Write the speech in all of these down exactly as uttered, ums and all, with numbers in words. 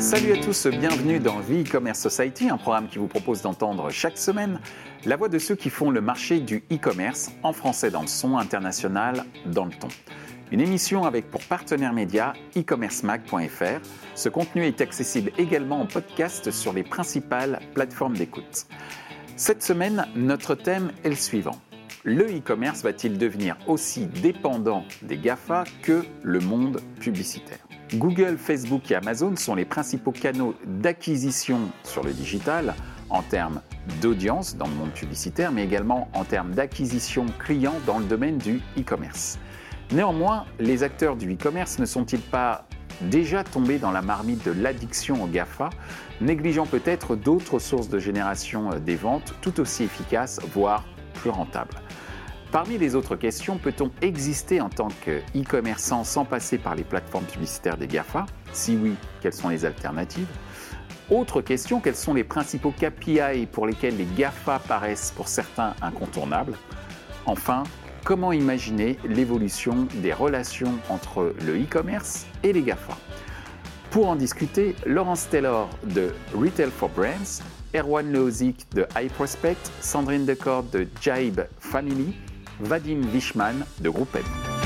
Salut à tous, bienvenue dans The E-Commerce Society, un programme qui vous propose d'entendre chaque semaine la voix de ceux qui font le marché du e-commerce, en français dans le son, international dans le ton. Une émission avec pour partenaire média e commerce mag point f r. Ce contenu est accessible également en podcast sur les principales plateformes d'écoute. Cette semaine, notre thème est le suivant. Le e-commerce va-t-il devenir aussi dépendant des GAFA que le monde publicitaire ? Google, Facebook et Amazon sont les principaux canaux d'acquisition sur le digital en termes d'audience dans le monde publicitaire, mais également en termes d'acquisition client dans le domaine du e-commerce. Néanmoins, les acteurs du e-commerce ne sont-ils pas déjà tombés dans la marmite de l'addiction aux GAFA, négligeant peut-être d'autres sources de génération des ventes tout aussi efficaces, voire plus rentables ? Parmi les autres questions, peut-on exister en tant que-e-commerçant sans passer par les plateformes publicitaires des GAFA ? Si oui, quelles sont les alternatives ? Autre question, quels sont les principaux K P I pour lesquels les GAFA paraissent pour certains incontournables ? Enfin, comment imaginer l'évolution des relations entre le e-commerce et les GAFA ? Pour en discuter, Laurence Taylor de Retail for Brands, Erwan Leozik de iProspect, Sandrine Decorde de Jibe Family, Vadim Wishman de Groupe M.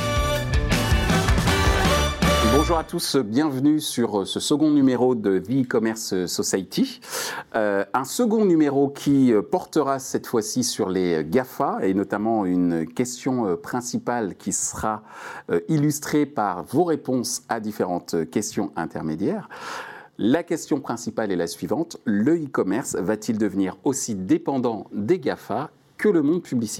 Bonjour à tous, bienvenue sur ce second numéro de The E-Commerce Society. Euh, un second numéro qui portera cette fois-ci sur les GAFA et notamment une question principale qui sera illustrée par vos réponses à différentes questions intermédiaires. La question principale est la suivante, le e-commerce va-t-il devenir aussi dépendant des GAFA que le monde publicitaire ?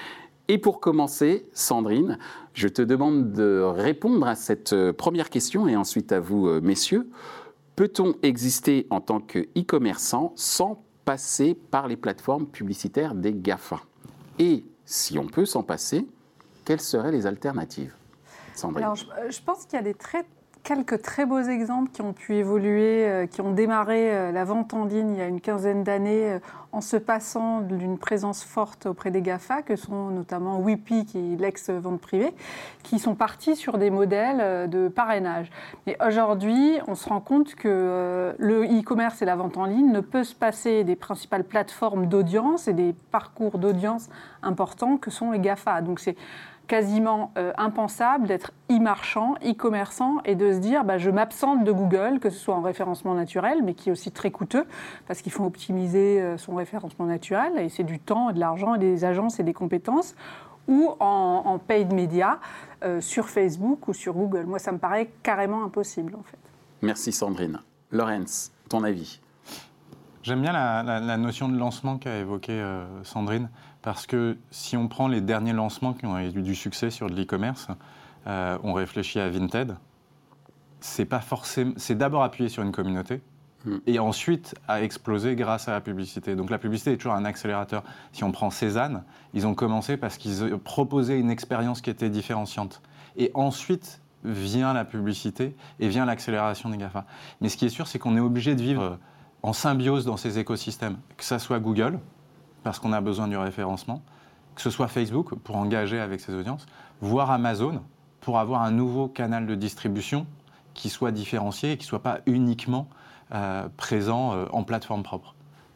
Et pour commencer, Sandrine, je te demande de répondre à cette première question et ensuite à vous, messieurs. Peut-on exister en tant que e-commerçant sans passer par les plateformes publicitaires des GAFA ? Et si on peut s'en passer, quelles seraient les alternatives ? Sandrine. Alors, je, je pense qu'il y a des très quelques très beaux exemples qui ont pu évoluer, euh, qui ont démarré euh, la vente en ligne il y a une quinzaine d'années euh, en se passant d'une présence forte auprès des GAFA, que sont notamment Whippy, qui est l'ex-vente privée, qui sont partis sur des modèles euh, de parrainage. Mais aujourd'hui, on se rend compte que euh, le e-commerce et la vente en ligne ne peut se passer des principales plateformes d'audience et des parcours d'audience importants que sont les GAFA. Donc c'est quasiment euh, impensable d'être e-marchand, e-commerçant et de se dire bah, je m'absente de Google, que ce soit en référencement naturel, mais qui est aussi très coûteux parce qu'il faut optimiser euh, son référencement naturel et c'est du temps, et de l'argent, et des agences et des compétences, ou en, en paid media euh, sur Facebook ou sur Google. Moi, ça me paraît carrément impossible en fait. Merci Sandrine. Laurence, ton avis ? J'aime bien la, la, la notion de lancement qu'a évoquée euh, Sandrine, parce que si on prend les derniers lancements qui ont eu du succès sur de l'e-commerce, euh, on réfléchit à Vinted, c'est, pas forcément, c'est d'abord appuyé sur une communauté, mmh. et ensuite à exploser grâce à la publicité. Donc la publicité est toujours un accélérateur. Si on prend Cézanne, ils ont commencé parce qu'ils proposaient une expérience qui était différenciante. Et ensuite vient la publicité et vient l'accélération des GAFA. Mais ce qui est sûr, c'est qu'on est obligé de vivre en symbiose dans ces écosystèmes, que ça soit Google, parce qu'on a besoin du référencement, que ce soit Facebook pour engager avec ses audiences, voire Amazon pour avoir un nouveau canal de distribution qui soit différencié et qui ne soit pas uniquement euh, présent euh, en plateforme propre.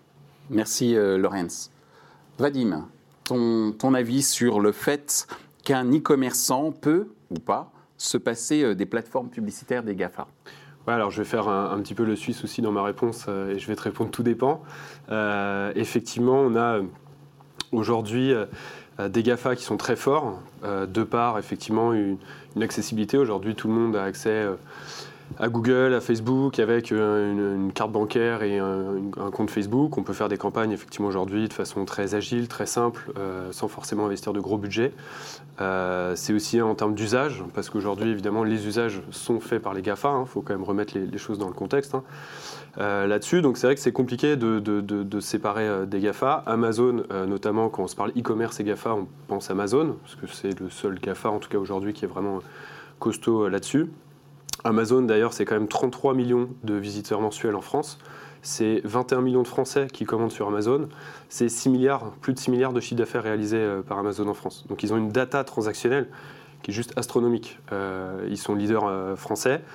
Merci euh, Laurence. Vadim, ton, ton avis sur le fait qu'un e-commerçant peut ou pas se passer euh, des plateformes publicitaires des GAFA ? Ouais, alors je vais faire un, un petit peu le Suisse aussi dans ma réponse euh, et je vais te répondre tout dépend. Euh, effectivement, on a euh, aujourd'hui euh, des GAFA qui sont très forts, euh, de par effectivement une, une accessibilité. Aujourd'hui, tout le monde a accès euh, à Google, à Facebook, avec euh, une, une carte bancaire et un, un compte Facebook. On peut faire des campagnes effectivement aujourd'hui de façon très agile, très simple, euh, sans forcément investir de gros budgets. Euh, c'est aussi en termes d'usage, parce qu'aujourd'hui, évidemment, les usages sont faits par les GAFA. Il hein, faut quand même remettre les, les choses dans le contexte hein, euh, là-dessus. Donc, c'est vrai que c'est compliqué de, de, de, de séparer euh, des GAFA. Amazon, euh, notamment, quand on se parle e-commerce et GAFA, on pense Amazon, parce que c'est le seul GAFA, en tout cas aujourd'hui, qui est vraiment costaud euh, là-dessus. Amazon, d'ailleurs, c'est quand même trente-trois millions de visiteurs mensuels en France. C'est vingt et un millions de Français qui commandent sur Amazon. C'est six milliards, plus de six milliards de chiffre d'affaires réalisés par Amazon en France. Donc ils ont une data transactionnelle qui est juste astronomique. Euh, ils sont leaders euh, français.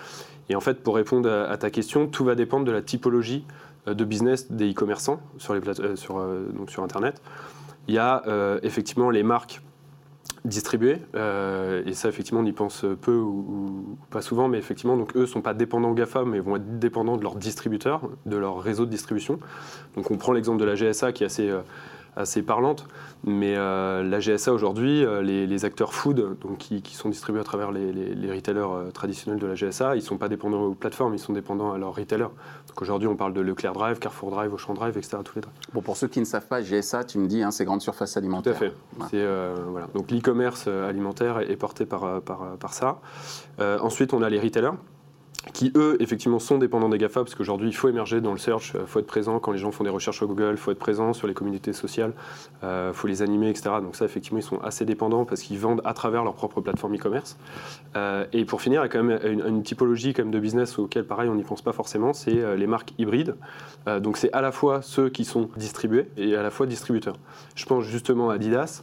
Et en fait, pour répondre à, à ta question, tout va dépendre de la typologie de business des e-commerçants sur, les plate- euh, sur, euh, donc sur Internet. Il y a euh, effectivement les marques distribuées, euh, et ça effectivement on y pense peu ou, ou pas souvent, mais effectivement donc eux ne sont pas dépendants aux GAFA, mais vont être dépendants de leurs distributeurs, de leur réseau de distribution. Donc on prend l'exemple de la G S A qui est assez, euh, assez parlante, mais euh, la G S A aujourd'hui, euh, les, les acteurs food donc, qui, qui sont distribués à travers les, les, les retailers euh, traditionnels de la G S A, ils ne sont pas dépendants aux plateformes, ils sont dépendants à leurs retailers. Donc aujourd'hui on parle de Leclerc Drive, Carrefour Drive, Auchan Drive, et cetera. Tous les drives. Bon, pour ceux qui ne savent pas, G S A, tu me dis, hein, c'est grande surface alimentaire. Tout à fait. Ouais. C'est, euh, voilà. Donc l'e-commerce alimentaire est porté par, par, par ça. Euh, ensuite, on a les retailers qui, eux, effectivement, sont dépendants des GAFA, parce qu'aujourd'hui, il faut émerger dans le search, il faut être présent quand les gens font des recherches sur Google, il faut être présent sur les communautés sociales, il euh, faut les animer, et cetera. Donc ça, effectivement, ils sont assez dépendants parce qu'ils vendent à travers leur propre plateforme e-commerce. Euh, et pour finir, il y a quand même une, une typologie quand même de business auquel, pareil, on n'y pense pas forcément, c'est euh, les marques hybrides. Euh, donc c'est à la fois ceux qui sont distribués et à la fois distributeurs. Je pense justement à Adidas,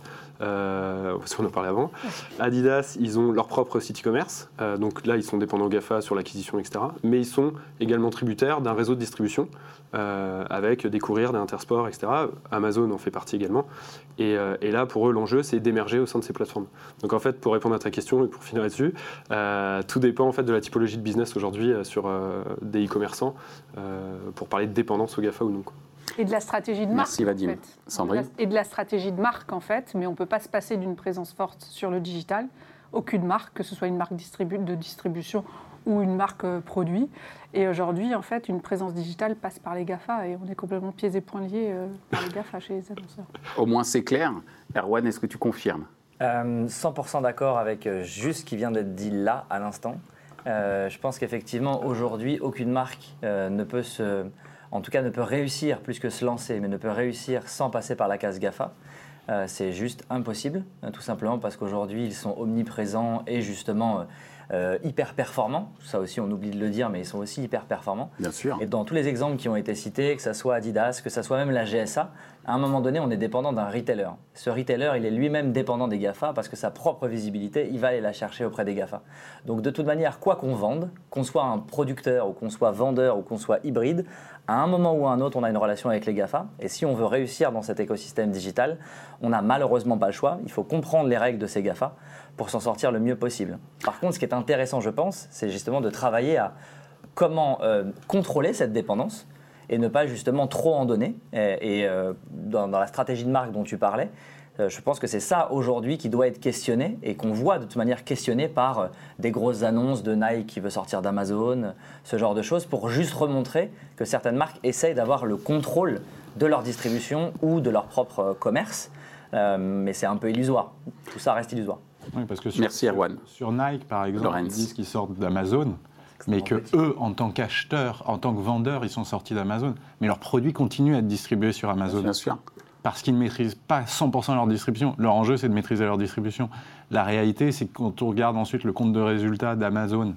Euh, parce qu'on en parlait avant. Adidas, ils ont leur propre site e-commerce, euh, donc là ils sont dépendants GAFA sur l'acquisition, et cetera. Mais ils sont également tributaires d'un réseau de distribution euh, avec des courriers, des Intersport, et cetera. Amazon en fait partie également. Et, euh, et là pour eux l'enjeu c'est d'émerger au sein de ces plateformes. Donc en fait pour répondre à ta question et pour finir là-dessus, euh, tout dépend en fait de la typologie de business aujourd'hui euh, sur euh, des e-commerçants euh, pour parler de dépendance au GAFA ou non, quoi. Et de la stratégie de marque. Merci Vadim. En fait. Sandrine. Et de la stratégie de marque, en fait, mais on ne peut pas se passer d'une présence forte sur le digital. Aucune marque, que ce soit une marque distribu- de distribution ou une marque euh, produit. Et aujourd'hui, en fait, une présence digitale passe par les GAFA et on est complètement pieds et poings liés euh, par les GAFA chez les annonceurs. Au moins c'est clair. Erwan, est-ce que tu confirmes? Euh, cent pour cent d'accord avec euh, juste ce qui vient d'être dit là, à l'instant. Euh, je pense qu'effectivement, aujourd'hui, aucune marque euh, ne peut se... en tout cas ne peut réussir, plus que se lancer, mais ne peut réussir sans passer par la case GAFA. Euh, c'est juste impossible, hein, tout simplement parce qu'aujourd'hui, ils sont omniprésents et justement euh, hyper performants. Ça aussi, on oublie de le dire, mais ils sont aussi hyper performants. Bien sûr. Et dans tous les exemples qui ont été cités, que ce soit Adidas, que ce soit même la G S A, à un moment donné, on est dépendant d'un retailer. Ce retailer, il est lui-même dépendant des GAFA parce que sa propre visibilité, il va aller la chercher auprès des GAFA. Donc de toute manière, quoi qu'on vende, qu'on soit un producteur ou qu'on soit vendeur ou qu'on soit hybride, à un moment ou à un autre, on a une relation avec les GAFA. Et si on veut réussir dans cet écosystème digital, on n'a malheureusement pas le choix. Il faut comprendre les règles de ces GAFA pour s'en sortir le mieux possible. Par contre, ce qui est intéressant, je pense, c'est justement de travailler à comment euh, contrôler cette dépendance et ne pas justement trop en donner. Et, et euh, dans, dans la stratégie de marque dont tu parlais, euh, je pense que c'est ça aujourd'hui qui doit être questionné et qu'on voit de toute manière questionné par euh, des grosses annonces de Nike qui veut sortir d'Amazon, ce genre de choses, pour juste remontrer que certaines marques essayent d'avoir le contrôle de leur distribution ou de leur propre euh, commerce. Euh, mais c'est un peu illusoire. Tout ça reste illusoire. Oui, parce que sur, Merci Erwan. Sur Nike, par exemple, Lorenz. ils disent qu'ils sortent d'Amazon, mais que eux, en tant qu'acheteurs, en tant que vendeurs, ils sont sortis d'Amazon. Mais leurs produits continuent à être distribués sur Amazon. Bien sûr. Parce qu'ils ne maîtrisent pas cent pour cent leur distribution. Leur enjeu, c'est de maîtriser leur distribution. La réalité, c'est que quand on regarde ensuite le compte de résultats d'Amazon,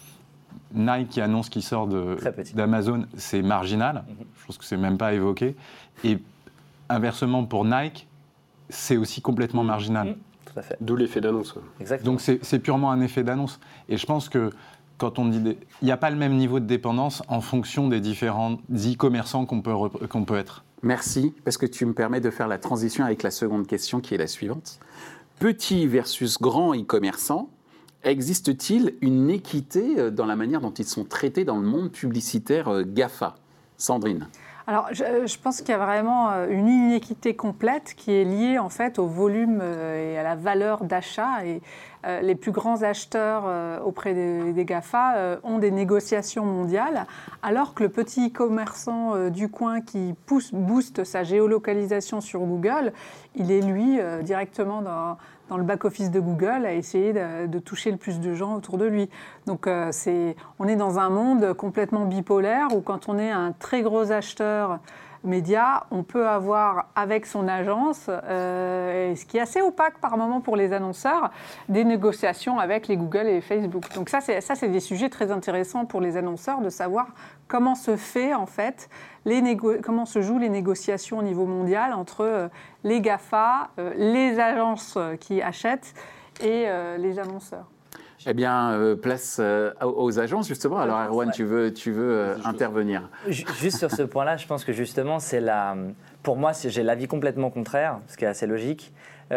Nike qui annonce qu'il sort de, d'Amazon, c'est marginal. Mm-hmm. Je pense que c'est même pas évoqué. Et inversement, pour Nike, c'est aussi complètement marginal. Mmh, tout à fait. D'où l'effet d'annonce. Exactement. Donc c'est, c'est purement un effet d'annonce. Et je pense que quand on dit... Des... Il n'y a pas le même niveau de dépendance en fonction des différents e-commerçants qu'on peut, rep... qu'on peut être. Merci, parce que tu me permets de faire la transition avec la seconde question qui est la suivante. Petit versus grand e-commerçant, existe-t-il une équité dans la manière dont ils sont traités dans le monde publicitaire GAFA? Sandrine. Alors, je, je pense qu'il y a vraiment une inéquité complète qui est liée en fait au volume et à la valeur d'achat. Et euh, les plus grands acheteurs euh, auprès des, des GAFA euh, ont des négociations mondiales, alors que le petit e-commerçant euh, du coin qui pousse, booste sa géolocalisation sur Google, il est lui euh, directement dans... dans le back-office de Google, à essayer de, de toucher le plus de gens autour de lui. Donc, euh, c'est, on est dans un monde complètement bipolaire où quand on est un très gros acheteur média, on peut avoir avec son agence, euh, ce qui est assez opaque par moment pour les annonceurs, des négociations avec les Google et Facebook. Donc ça, c'est, ça, c'est des sujets très intéressants pour les annonceurs de savoir comment se fait en fait, les négo- comment se jouent les négociations au niveau mondial entre euh, les GAFA, euh, les agences qui achètent et euh, les annonceurs. Eh bien, euh, place euh, aux agences, justement. Alors, Erwan, ouais. tu veux, tu veux euh, intervenir. Juste sur ce point-là, je pense que justement, c'est la... pour moi, j'ai l'avis complètement contraire, ce qui est assez logique.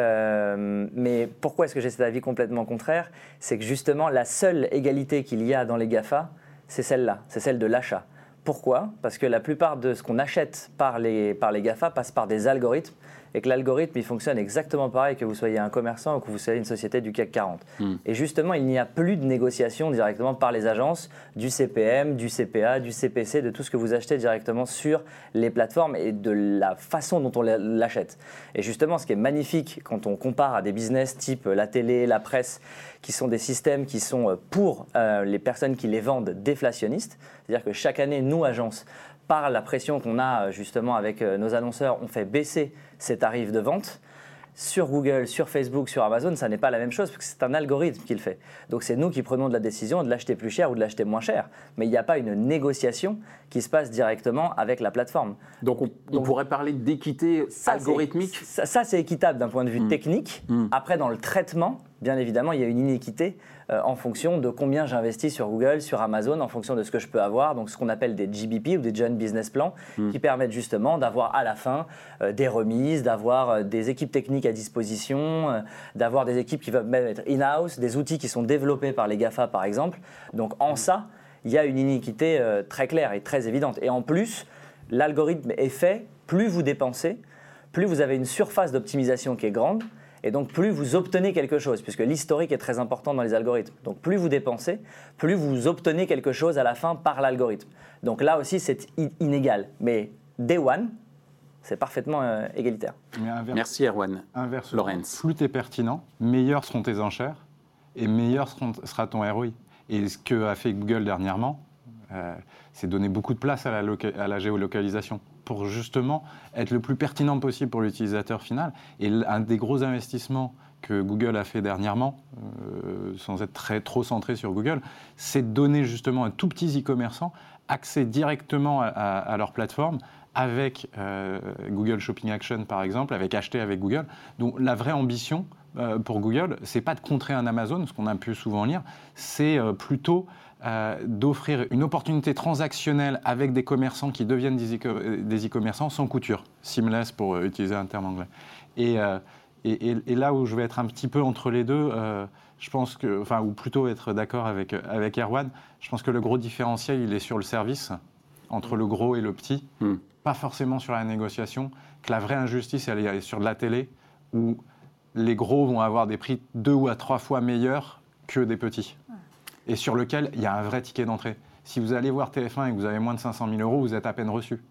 Euh, mais pourquoi est-ce que j'ai cet avis complètement contraire? C'est que justement, la seule égalité qu'il y a dans les GAFA, c'est celle-là, c'est celle de l'achat. Pourquoi? Parce que la plupart de ce qu'on achète par les, par les GAFA passe par des algorithmes, et que l'algorithme, il fonctionne exactement pareil que vous soyez un commerçant ou que vous soyez une société du C A C quarante. Mm. Et justement, il n'y a plus de négociation directement par les agences du C P M, du C P A, du C P C, de tout ce que vous achetez directement sur les plateformes et de la façon dont on l'achète. Et justement, ce qui est magnifique quand on compare à des business type la télé, la presse, qui sont des systèmes qui sont pour euh, les personnes qui les vendent déflationnistes, c'est-à-dire que chaque année, nous, agences, par la pression qu'on a justement avec nos annonceurs, on fait baisser ces tarifs de vente. Sur Google, sur Facebook, sur Amazon, ça n'est pas la même chose parce que c'est un algorithme qui le fait. Donc c'est nous qui prenons de la décision de l'acheter plus cher ou de l'acheter moins cher. Mais il n'y a pas une négociation qui se passe directement avec la plateforme. Donc on, on Donc, pourrait parler d'équité algorithmique. Ça, ça c'est équitable d'un point de vue mmh. technique. Mmh. Après, dans le traitement, bien évidemment, il y a une inéquité euh, en fonction de combien j'investis sur Google, sur Amazon, en fonction de ce que je peux avoir. Donc ce qu'on appelle des G B P ou des Joint Business Plans mmh. qui permettent justement d'avoir à la fin euh, des remises, d'avoir euh, des équipes techniques à disposition, euh, d'avoir des équipes qui peuvent même être in-house, des outils qui sont développés par les GAFA par exemple. Donc en mmh. ça, il y a une inéquité euh, très claire et très évidente. Et en plus, l'algorithme est fait, plus vous dépensez, plus vous avez une surface d'optimisation qui est grande, et donc plus vous obtenez quelque chose, puisque l'historique est très important dans les algorithmes. Donc plus vous dépensez, plus vous obtenez quelque chose à la fin par l'algorithme. Donc là aussi, c'est inégal. Mais day one, c'est parfaitement euh, égalitaire. Inverse, Merci Erwan. Inversement, plus tu es pertinent, meilleurs seront tes enchères, et meilleur seront, sera ton R O I. Et ce qu'a fait Google dernièrement, euh, c'est donner beaucoup de place à la, loca- à la géolocalisation pour justement être le plus pertinent possible pour l'utilisateur final. Et un des gros investissements que Google a fait dernièrement, euh, sans être très, trop centré sur Google, c'est de donner justement à un tout petits e-commerçants accès directement à, à, à leur plateforme avec euh, Google Shopping Action par exemple, avec acheter avec Google. Donc la vraie ambition euh, pour Google, c'est pas de contrer un Amazon, ce qu'on a pu souvent lire, c'est euh, plutôt Euh, d'offrir une opportunité transactionnelle avec des commerçants qui deviennent des, e- des e-commerçants sans couture, seamless pour euh, utiliser un terme anglais. Et, euh, et, et, et là où je vais être un petit peu entre les deux, euh, je pense que, enfin, ou plutôt être d'accord avec, avec Erwan, je pense que le gros différentiel, il est sur le service, entre le gros et le petit, mm. pas forcément sur la négociation, que la vraie injustice, elle est sur de la télé, où les gros vont avoir des prix deux ou à trois fois meilleurs que des petits. Et sur lequel il y a un vrai ticket d'entrée. Si vous allez voir T F un et que vous avez moins de cinq cent mille euros, vous êtes à peine reçu.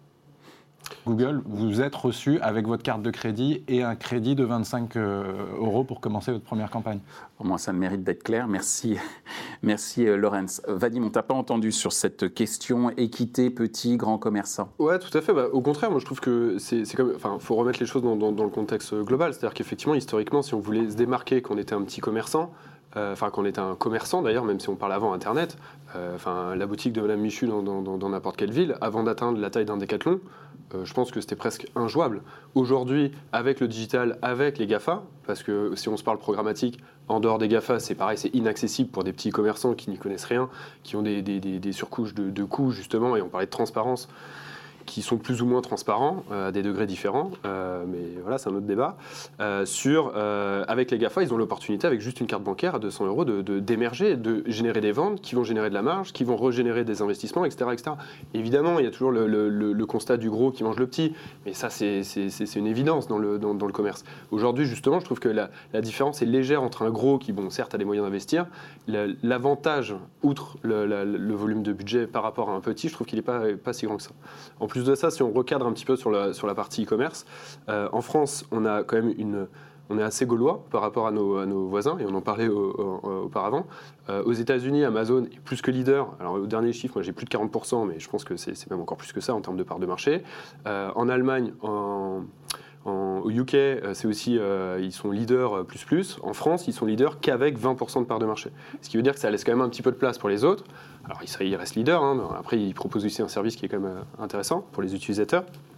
Google, vous êtes reçu avec votre carte de crédit et un crédit de vingt-cinq euros pour commencer votre première campagne. Au moins, ça le mérite d'être clair. Merci, merci euh, Laurence. Vadim, on t'a pas entendu sur cette question équité, petit, grand commerçant. Ouais, tout à fait. Bah, au contraire, moi je trouve que c'est, c'est comme, enfin, faut remettre les choses dans, dans, dans le contexte global. C'est-à-dire qu'effectivement, historiquement, si on voulait se démarquer qu'on était un petit commerçant, enfin euh, qu'on était un commerçant d'ailleurs, même si on parle avant Internet, enfin euh, la boutique de Madame Michu dans, dans, dans, dans n'importe quelle ville, avant d'atteindre la taille d'un Décathlon, euh, je pense que c'était presque injouable. Aujourd'hui, avec le digital, avec les GAFA, parce que si on se parle programmatique, en dehors des GAFA, c'est pareil, c'est inaccessible pour des petits commerçants qui n'y connaissent rien, qui ont des, des, des, des surcouches de, de coûts justement, et on parlait de transparence, qui sont plus ou moins transparents, euh, à des degrés différents, euh, mais voilà, c'est un autre débat. Euh, sur, euh, avec les GAFA, ils ont l'opportunité, avec juste une carte bancaire à deux cents euros, de, de, d'émerger, de générer des ventes qui vont générer de la marge, qui vont régénérer des investissements, et cetera, et cetera. Évidemment, il y a toujours le, le, le, le constat du gros qui mange le petit, mais ça, c'est, c'est, c'est une évidence dans le, dans, dans le commerce. Aujourd'hui, justement, je trouve que la, la différence est légère entre un gros qui, bon, certes, a les moyens d'investir. La, l'avantage, outre le, la, le volume de budget par rapport à un petit, je trouve qu'il n'est pas, pas si grand que ça. En plus de ça, si on recadre un petit peu sur la, sur la partie e-commerce, euh, en France, on a quand même une, on est assez gaulois par rapport à nos, à nos voisins, et on en parlait au, au, auparavant. Euh, aux États-Unis, Amazon est plus que leader. Alors, au dernier chiffre, moi j'ai plus de quarante pour cent, mais je pense que c'est, c'est même encore plus que ça en termes de part de marché. Euh, en Allemagne, en En, au U K, c'est aussi, euh, ils sont leaders plus plus. En France, ils sont leaders qu'avec vingt pour cent de part de marché. Ce qui veut dire que ça laisse quand même un petit peu de place pour les autres. Alors, ils, ils restent leaders. Hein. Après, ils proposent aussi un service qui est quand même intéressant pour les utilisateurs.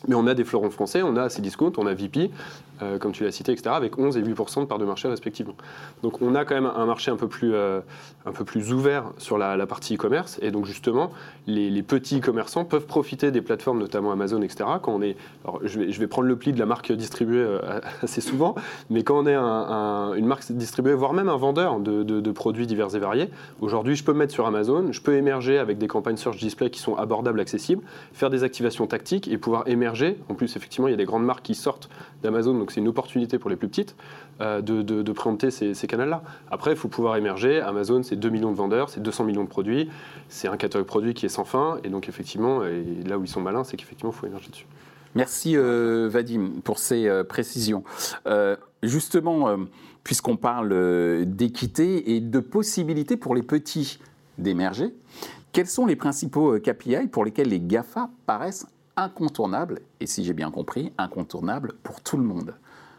Mais on a des fleurons français, on a Cdiscount, on a V P, euh, comme tu l'as cité, et cetera, avec onze et huit pour cent de part de marché respectivement. Donc on a quand même un marché un peu plus, euh, un peu plus ouvert sur la, la partie e-commerce. Et donc justement, les, les petits commerçants peuvent profiter des plateformes, notamment Amazon, et cetera. Quand on est, alors je vais, je vais prendre le pli de la marque distribuée euh, assez souvent, mais quand on est un, un, une marque distribuée, voire même un vendeur de, de, de produits divers et variés, aujourd'hui je peux me mettre sur Amazon, je peux émerger avec des campagnes search display qui sont abordables, accessibles, faire des activations tactiques et pouvoir émerger. En plus, effectivement, il y a des grandes marques qui sortent d'Amazon, donc c'est une opportunité pour les plus petites euh, de, de, de préempter ces, ces canaux-là. Après, il faut pouvoir émerger. Amazon, c'est deux millions de vendeurs, c'est deux cents millions de produits, c'est un catalogue produit qui est sans fin, et donc effectivement, et là où ils sont malins, c'est qu'effectivement, il faut émerger dessus. Merci euh, Vadim pour ces euh, précisions. Euh, justement, euh, puisqu'on parle euh, d'équité et de possibilités pour les petits d'émerger, quels sont les principaux K P I pour lesquels les GAFA paraissent incontournables, et si j'ai bien compris, incontournables pour tout le monde?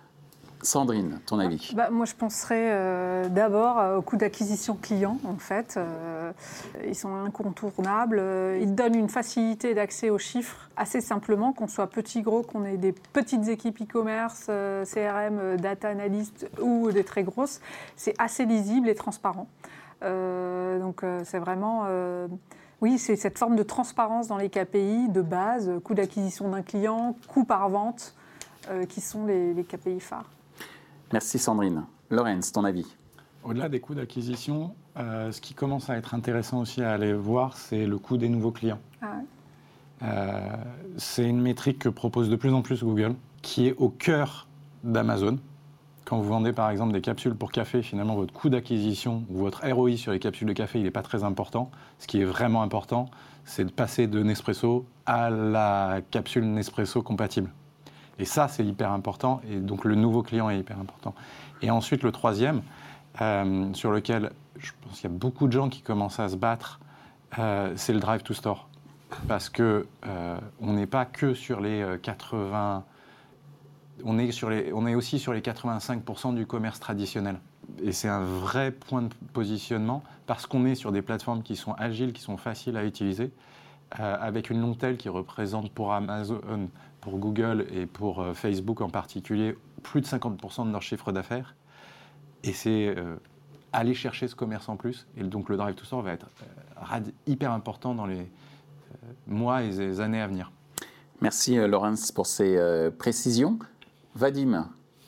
Sandrine, ton avis? bah, Moi, je penserais euh, d'abord euh, au coût d'acquisition client, en fait. Euh, ils sont incontournables. Euh, ils donnent une facilité d'accès aux chiffres assez simplement, qu'on soit petit, gros, qu'on ait des petites équipes e-commerce, euh, C R M, euh, data analyst ou des très grosses. C'est assez lisible et transparent. Euh, donc, euh, c'est vraiment... Euh, oui, c'est cette forme de transparence dans les K P I de base, coût d'acquisition d'un client, coût par vente, euh, qui sont les, les K P I phares. Merci Sandrine. Laurence, ton avis? Au-delà des coûts d'acquisition, euh, ce qui commence à être intéressant aussi à aller voir, c'est le coût des nouveaux clients. Ah ouais. euh, c'est une métrique que propose de plus en plus Google, qui est au cœur d'Amazon. Quand vous vendez par exemple des capsules pour café, finalement votre coût d'acquisition ou votre R O I sur les capsules de café, il n'est pas très important. Ce qui est vraiment important, c'est de passer de Nespresso à la capsule Nespresso compatible. Et ça, c'est hyper important. Et donc le nouveau client est hyper important. Et ensuite, le troisième, euh, sur lequel je pense qu'il y a beaucoup de gens qui commencent à se battre, euh, c'est le drive to store. Parce qu'on euh, n'est pas que sur les quatre-vingts... On est, sur les, on est aussi sur les quatre-vingt-cinq pour cent du commerce traditionnel. Et c'est un vrai point de positionnement parce qu'on est sur des plateformes qui sont agiles, qui sont faciles à utiliser, euh, avec une longue tail qui représente pour Amazon, pour Google et pour euh, Facebook en particulier, plus de cinquante pour cent de leur chiffre d'affaires. Et c'est euh, aller chercher ce commerce en plus. Et donc le drive to store va être euh, hyper important dans les euh, mois et les années à venir. Merci euh, Laurence pour ces euh, précisions. Vadim,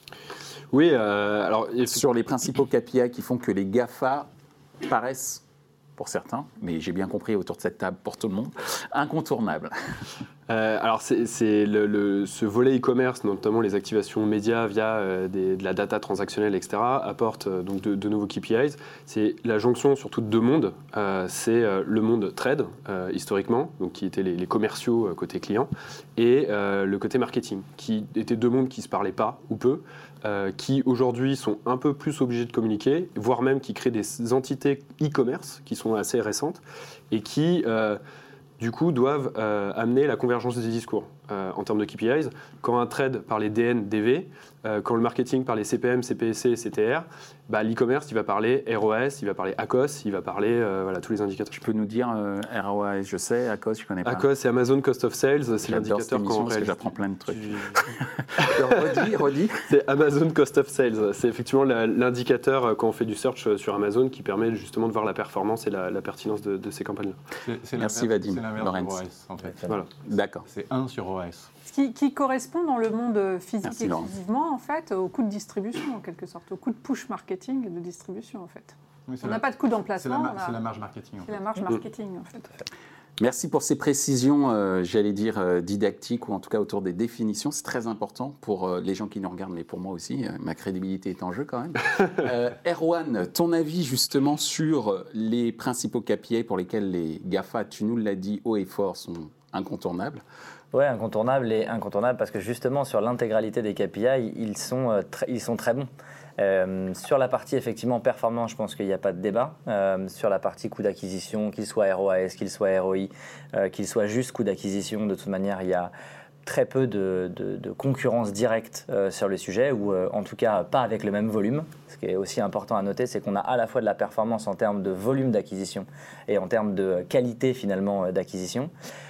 oui, euh, alors sur les principaux K P I qui font que les GAFA paraissent, pour certains, mais j'ai bien compris autour de cette table pour tout le monde, incontournables. Euh, alors, c'est, c'est le, le, ce volet e-commerce, notamment les activations médias via euh, des, de la data transactionnelle, et cetera, apporte euh, donc de, de nouveaux K P Is. C'est la jonction surtout de deux mondes. Euh, c'est euh, le monde trade, euh, historiquement, donc qui étaient les, les commerciaux euh, côté client, et euh, le côté marketing, qui étaient deux mondes qui ne se parlaient pas ou peu, euh, qui aujourd'hui sont un peu plus obligés de communiquer, voire même qui créent des entités e-commerce qui sont assez récentes et qui... Euh, du coup, doivent euh, amener la convergence des discours euh, en termes de K P Is. Quand un trade parlait D N, D V, euh, quand le marketing parlait C P M, C P S C, C T R, bah, l'e-commerce, il va parler R O S, il va parler A C O S, il va parler euh, voilà, tous les indicateurs. Tu peux nous dire euh, R O S, je sais, A C O S, je ne connais pas. A C O S, c'est Amazon Cost of Sales, c'est J'adore l'indicateur quand on parce que réalise. j'apprends plein de trucs. Du... redis, redis. C'est Amazon Cost of Sales. C'est effectivement la, l'indicateur quand on fait du search sur Amazon qui permet justement de voir la performance et la, la pertinence de, de ces campagnes-là. C'est, c'est Merci l'inverse, Vadim. c'est l'inverse Laurence. de O S, en fait. Voilà. D'accord. C'est un sur O S. Ce qui, qui correspond dans le monde physique Merci, Laurence. exclusivement, en fait, au coût de distribution, en quelque sorte, au coût de push marketing et de distribution, en fait. Oui, c'est On la- n'a pas de coût c'est d'emplacement, la, on ma- a- c'est la marge marketing. En c'est fait. la marge marketing, en fait. Merci pour ces précisions, euh, j'allais dire euh, didactiques ou en tout cas autour des définitions. C'est très important pour euh, les gens qui nous regardent, mais pour moi aussi. Euh, ma crédibilité est en jeu quand même. euh, Erwan, ton avis justement sur les principaux K P I pour lesquels les GAFA, tu nous l'as dit haut et fort, sont incontournables. Oui, incontournable et incontournable parce que justement sur l'intégralité des K P I, ils sont, euh, très, ils sont très bons. Euh, sur la partie effectivement performance, je pense qu'il n'y a pas de débat. Euh, sur la partie coût d'acquisition, qu'il soit R O A S, qu'il soit R O I, euh, qu'il soit juste coût d'acquisition, de toute manière, il y a très peu de, de, de concurrence directe euh, sur le sujet, ou euh, en tout cas pas avec le même volume. Ce qui est aussi important à noter, c'est qu'on a à la fois de la performance en termes de volume d'acquisition et en termes de qualité finalement d'acquisition.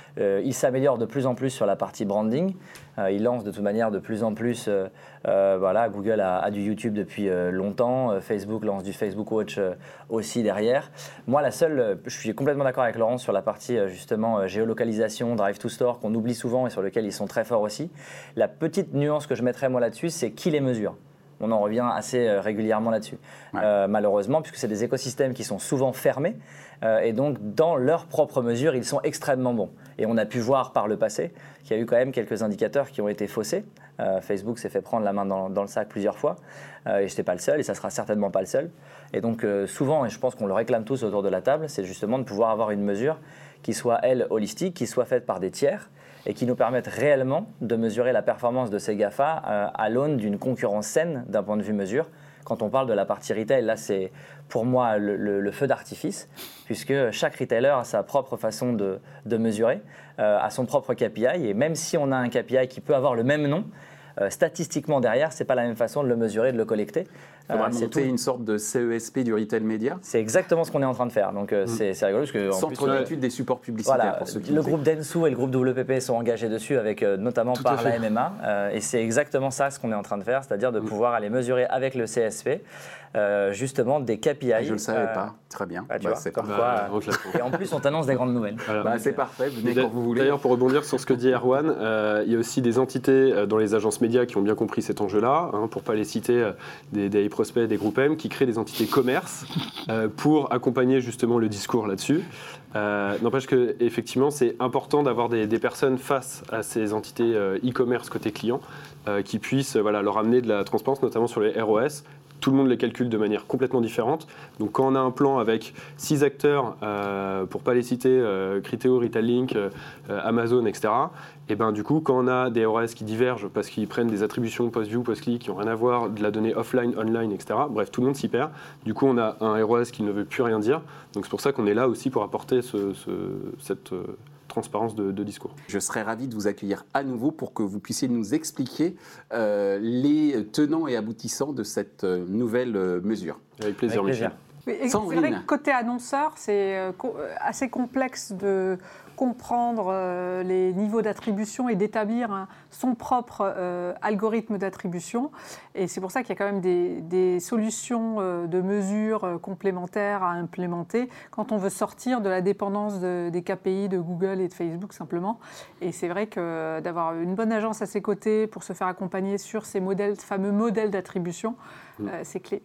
Euh, ils s'améliorent de plus en plus sur la partie branding. Euh, ils lancent de toute manière de plus en plus. Euh, euh, voilà, Google a, a du YouTube depuis euh, longtemps. Euh, Facebook lance du Facebook Watch euh, aussi derrière. Moi, la seule, euh, je suis complètement d'accord avec Laurence sur la partie euh, justement euh, géolocalisation, Drive to Store qu'on oublie souvent et sur lequel ils sont très forts aussi. La petite nuance que je mettrais moi là-dessus, c'est qui les mesure. On en revient assez euh, régulièrement là-dessus, ouais. euh, malheureusement, puisque c'est des écosystèmes qui sont souvent fermés euh, et donc dans leurs propres mesures, ils sont extrêmement bons. Et on a pu voir par le passé qu'il y a eu quand même quelques indicateurs qui ont été faussés. Euh, Facebook s'est fait prendre la main dans, dans le sac plusieurs fois euh, et je n'étais pas le seul et ça ne sera certainement pas le seul. Et donc euh, souvent, et je pense qu'on le réclame tous autour de la table, c'est justement de pouvoir avoir une mesure qui soit, elle, holistique, qui soit faite par des tiers et qui nous permettent réellement de mesurer la performance de ces GAFA euh, à l'aune d'une concurrence saine d'un point de vue mesure. Quand on parle de la partie retail, là c'est pour moi le, le, le feu d'artifice, puisque chaque retailer a sa propre façon de, de mesurer, euh, a son propre K P I, et même si on a un K P I qui peut avoir le même nom, euh, statistiquement derrière, ce n'est pas la même façon de le mesurer, de le collecter. Il faudra euh, monter une sorte de C E S P du retail média. C'est exactement ce qu'on est en train de faire. Donc, euh, mmh. c'est, c'est rigolo. Parce que, Centre en plus, d'études des supports publicitaires. Voilà, pour ceux qui le groupe Dentsu et le groupe W P P sont engagés dessus, avec, euh, notamment Tout par la M M A. Euh, et c'est exactement ça ce qu'on est en train de faire, c'est-à-dire de mmh. pouvoir aller mesurer avec le C S P euh, justement des K P I. Je ne le savais euh, pas. Très bien. Bah, tu bah, vois, c'est parfois, bah, euh, et en plus, on t'annonce des grandes nouvelles. Voilà. Bah, c'est parfait. Venez quand vous voulez. D'ailleurs, pour rebondir sur ce que dit Erwan, euh, il y a aussi des entités dans les agences médias qui ont bien compris cet enjeu-là, hein, pour ne pas les citer, des, des prospects, des groupes M, qui créent des entités commerce euh, pour accompagner justement le discours là-dessus. Euh, n'empêche qu'effectivement, c'est important d'avoir des, des personnes face à ces entités euh, e-commerce côté client euh, qui puissent voilà, leur amener de la transparence, notamment sur les R O S. Tout le monde les calcule de manière complètement différente. Donc quand on a un plan avec six acteurs, euh, pour ne pas les citer, euh, Criteo, Retail-Link, euh, Amazon, et cetera, et ben du coup, quand on a des R O S qui divergent parce qu'ils prennent des attributions post-view, post-click qui n'ont rien à voir, de la donnée offline, online, et cetera, bref, tout le monde s'y perd. Du coup, on a un R O S qui ne veut plus rien dire. Donc c'est pour ça qu'on est là aussi pour apporter ce, ce, cette... Euh, transparence de, de discours. Je serais ravi de vous accueillir à nouveau pour que vous puissiez nous expliquer euh, les tenants et aboutissants de cette euh, nouvelle euh, mesure. Avec plaisir, Avec plaisir. Michel. Oui, c'est vrai que côté annonceur, c'est euh, co- assez complexe de comprendre euh, les niveaux d'attribution et d'établir un, son propre euh, algorithme d'attribution. Et c'est pour ça qu'il y a quand même des, des solutions euh, de mesures euh, complémentaires à implémenter quand on veut sortir de la dépendance de, des K P I de Google et de Facebook simplement. Et c'est vrai que d'avoir une bonne agence à ses côtés pour se faire accompagner sur ces modèles, fameux modèles d'attribution, mmh. euh, c'est clé.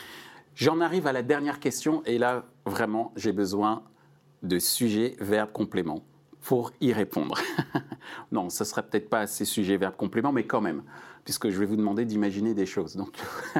J'en arrive à la dernière question et là, vraiment, j'ai besoin de sujet, verbe, complément pour y répondre. Non, ce ne serait peut-être pas assez sujet, verbe, complément, mais quand même, puisque je vais vous demander d'imaginer des choses. Donc,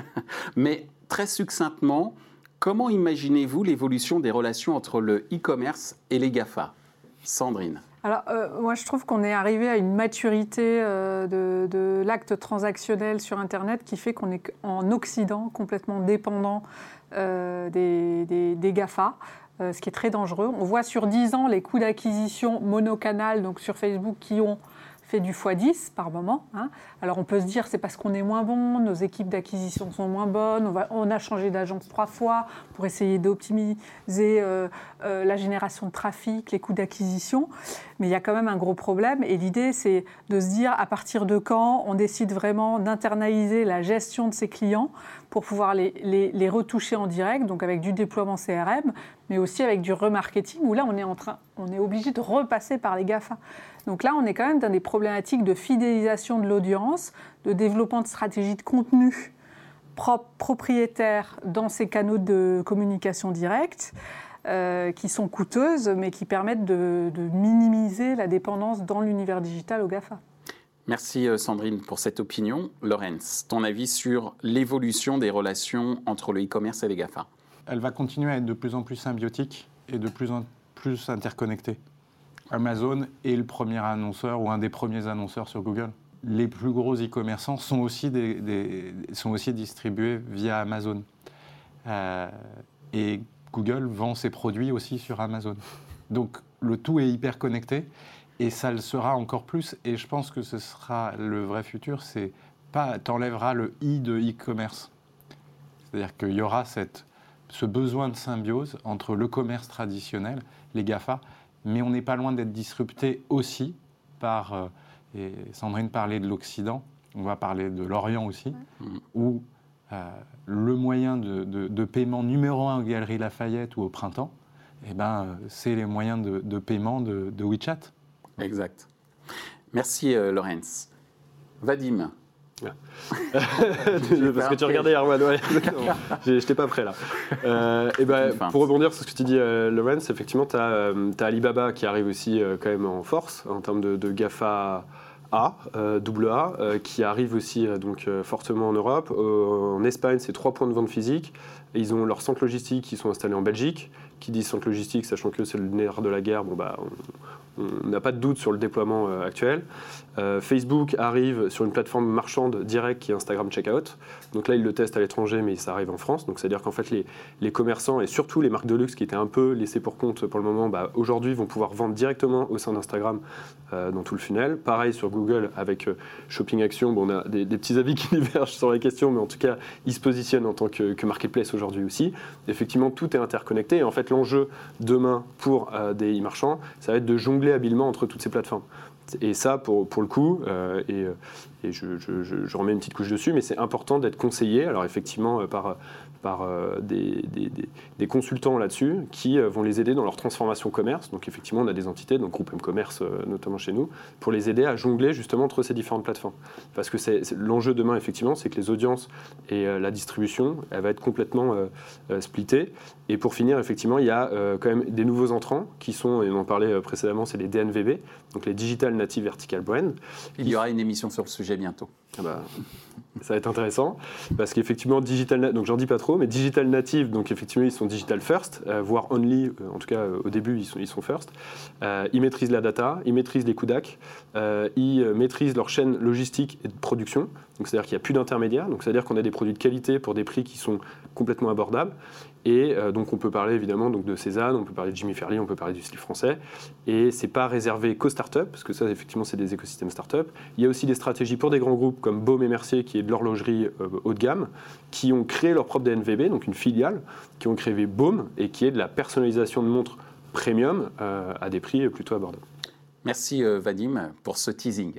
mais très succinctement, comment imaginez-vous l'évolution des relations entre le e-commerce et les GAFA ? Sandrine. Alors, euh, moi, je trouve qu'on est arrivé à une maturité euh, de, de l'acte transactionnel sur Internet qui fait qu'on est en Occident complètement dépendant euh, des, des, des GAFA, euh, ce qui est très dangereux. On voit sur dix ans les coûts d'acquisition monocanal, donc sur Facebook, qui ont fait du fois dix par moment. Hein. Alors on peut se dire c'est parce qu'on est moins bon, nos équipes d'acquisition sont moins bonnes, on, va, on a changé d'agence trois fois pour essayer d'optimiser euh, euh, la génération de trafic, les coûts d'acquisition. Mais il y a quand même un gros problème et l'idée c'est de se dire à partir de quand on décide vraiment d'internaliser la gestion de ses clients pour pouvoir les, les, les retoucher en direct, donc avec du déploiement C R M, mais aussi avec du remarketing où là on est, en train, on est obligé de repasser par les GAFA. Donc là, on est quand même dans des problématiques de fidélisation de l'audience, de développement de stratégies de contenu propres, propriétaires dans ces canaux de communication directe, euh, qui sont coûteuses, mais qui permettent de, de minimiser la dépendance dans l'univers digital aux GAFA. Merci Sandrine pour cette opinion. Laurence, ton avis sur l'évolution des relations entre le e-commerce et les GAFA ? Elle va continuer à être de plus en plus symbiotique et de plus en plus interconnectée. Amazon est le premier annonceur ou un des premiers annonceurs sur Google. Les plus gros e-commerçants sont aussi, des, des, sont aussi distribués via Amazon. Euh, et Google vend ses produits aussi sur Amazon. Donc le tout est hyper connecté et ça le sera encore plus. Et je pense que ce sera le vrai futur, c'est pas t'enlèveras le i de e-commerce. C'est-à-dire qu'il y aura cette, ce besoin de symbiose entre le commerce traditionnel, les GAFA, mais on n'est pas loin d'être disrupté aussi par, euh, et Sandrine parlait de l'Occident, on va parler de l'Orient aussi, ouais. où euh, le moyen de, de, de paiement numéro un aux Galeries Lafayette ou au Printemps, eh ben, c'est les moyens de, de paiement de, de WeChat. Exact. Merci euh, Laurence. Vadim. Ouais. Parce que tu regardais Erwan, ouais. Je n'étais pas prêt là. Euh, et ben, pour rebondir sur ce que tu dis, euh, Laurence, effectivement, tu as euh, Alibaba qui arrive aussi euh, quand même en force en termes de, de GAFA A, euh, double A, euh, qui arrive aussi euh, donc, euh, fortement en Europe. Euh, en Espagne, c'est trois points de vente physiques. Et ils ont leurs centres logistiques qui sont installés en Belgique. Qui dit centre logistique, sachant que c'est le nerf de la guerre, bon, bah, on n'a pas de doute sur le déploiement euh, actuel. Euh, Facebook arrive sur une plateforme marchande directe qui est Instagram Checkout. Donc là, ils le testent à l'étranger, mais ça arrive en France. Donc c'est-à-dire qu'en fait, les, les commerçants et surtout les marques de luxe qui étaient un peu laissées pour compte pour le moment, bah, aujourd'hui vont pouvoir vendre directement au sein d'Instagram euh, dans tout le funnel. Pareil sur Google avec euh, Shopping Action. Bon, on a des, des petits avis qui divergent sur la question, mais en tout cas, ils se positionnent en tant que, que marketplace aujourd'hui aussi. Effectivement, tout est interconnecté. Et en fait, l'enjeu demain pour euh, des e-marchands, ça va être de jongler habilement entre toutes ces plateformes. Et ça, pour, pour le coup, euh, et, et je, je, je, je remets une petite couche dessus, mais c'est important d'être conseillé, alors effectivement, euh, par, par euh, des, des, des, des consultants là-dessus, qui euh, vont les aider dans leur transformation commerce. Donc effectivement, on a des entités, donc Groupe M-Commerce euh, notamment chez nous, pour les aider à jongler justement entre ces différentes plateformes. Parce que c'est, c'est, l'enjeu demain, effectivement, c'est que les audiences et euh, la distribution, elle va être complètement euh, euh, splittée. Et pour finir, effectivement, il y a euh, quand même des nouveaux entrants qui sont, et on en parlait précédemment, c'est les D N V B, donc les Digital Native Vertical Brand. Il y aura une émission sur le sujet bientôt. Ah bah, ça va être intéressant, parce qu'effectivement, Digital, donc j'en dis pas trop, mais Digital Native, donc effectivement, ils sont Digital First, euh, voire Only, euh, en tout cas euh, au début, ils sont, ils sont First. Euh, ils maîtrisent la data, ils maîtrisent les coûts D A C, euh, ils euh, maîtrisent leur chaîne logistique et de production, donc c'est-à-dire qu'il n'y a plus d'intermédiaires, donc c'est-à-dire qu'on a des produits de qualité pour des prix qui sont complètement abordables. Et euh, donc on peut parler évidemment donc, de Cézanne, on peut parler de Jimmy Fairly, on peut parler du style français. Et c'est pas réservé qu'aux startups, parce que ça effectivement c'est des écosystèmes startups. Il y a aussi des stratégies pour des grands groupes comme Baume et Mercier, qui est de l'horlogerie euh, haut de gamme, qui ont créé leur propre D N V B, donc une filiale, qui ont créé Baume et qui est de la personnalisation de montres premium euh, à des prix plutôt abordables. Merci euh, Vadim pour ce teasing.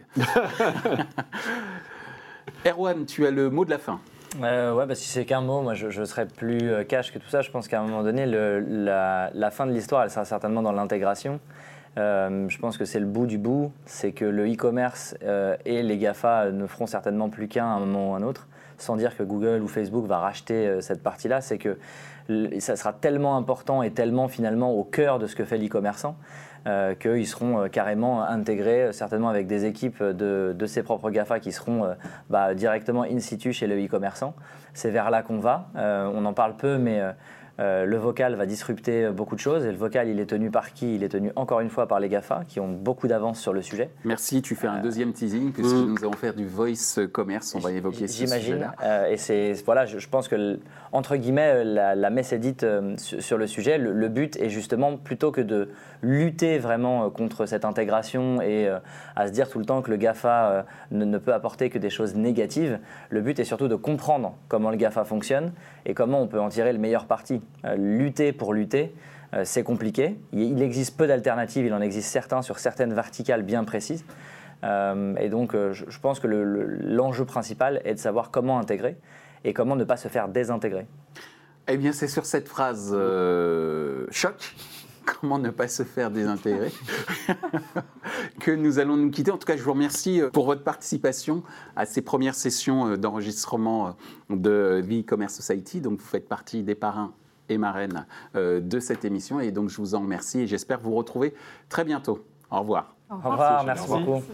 Erwan, tu as le mot de la fin. Euh, ouais, bah, si c'est qu'un mot, moi je, je serais plus euh, cash que tout ça. Je pense qu'à un moment donné, le, la, la fin de l'histoire, elle sera certainement dans l'intégration. Euh, je pense que c'est le bout du bout. C'est que le e-commerce euh, et les GAFA ne feront certainement plus qu'un à un moment ou à un autre, sans dire que Google ou Facebook va racheter euh, cette partie-là. C'est que ça sera tellement important et tellement finalement au cœur de ce que fait l'e-commerçant. Euh, qu'ils seront euh, carrément intégrés, euh, certainement avec des équipes de, de ses propres GAFA qui seront euh, bah, directement in situ chez le e-commerçant. C'est vers là qu'on va. Euh, on en parle peu, mais euh, euh, le vocal va disrupter beaucoup de choses. Et le vocal, il est tenu par qui ? Il est tenu encore une fois par les GAFA, qui ont beaucoup d'avance sur le sujet. Merci, tu fais un deuxième teasing, puisque mmh. nous allons faire du voice commerce. On va évoquer ce sujet-là. Euh, et c'est, voilà, je, je pense que, entre guillemets, la, la messe est dite euh, sur, sur le sujet. Le, le but est justement, plutôt que de lutter vraiment contre cette intégration et euh, à se dire tout le temps que le GAFA euh, ne, ne peut apporter que des choses négatives, le but est surtout de comprendre comment le GAFA fonctionne et comment on peut en tirer le meilleur parti. Euh, lutter pour lutter, euh, c'est compliqué. Il, il existe peu d'alternatives, il en existe certains sur certaines verticales bien précises. Euh, et donc, euh, je, je pense que le, le, l'enjeu principal est de savoir comment intégrer et comment ne pas se faire désintégrer. Eh bien, c'est sur cette phrase euh, choc, comment ne pas se faire désintégrer, que nous allons nous quitter. En tout cas, je vous remercie pour votre participation à ces premières sessions d'enregistrement de The E-Commerce Society. Donc, vous faites partie des parrains et marraines de cette émission. Et donc, je vous en remercie et j'espère vous retrouver très bientôt. Au revoir. Au revoir, Au revoir merci, merci beaucoup.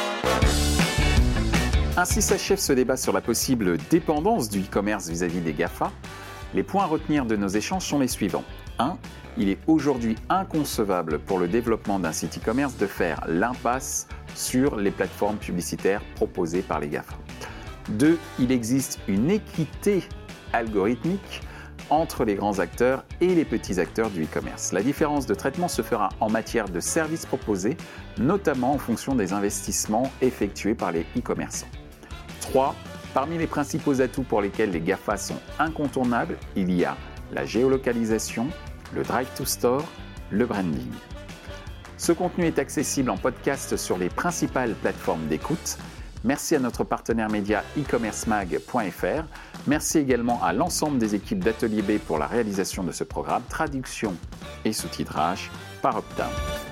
Ainsi s'achève ce débat sur la possible dépendance du e-commerce vis-à-vis des GAFA. Les points à retenir de nos échanges sont les suivants. un. Il est aujourd'hui inconcevable pour le développement d'un site e-commerce de faire l'impasse sur les plateformes publicitaires proposées par les GAFA. deux. Il existe une équité algorithmique entre les grands acteurs et les petits acteurs du e-commerce. La différence de traitement se fera en matière de services proposés, notamment en fonction des investissements effectués par les e-commerçants. trois. Parmi les principaux atouts pour lesquels les GAFA sont incontournables, il y a la géolocalisation, le drive to store, le branding. Ce contenu est accessible en podcast sur les principales plateformes d'écoute. Merci à notre partenaire média e commerce mag point f r. Merci également à l'ensemble des équipes d'Atelier B pour la réalisation de ce programme, traduction et sous-titrage par Optin.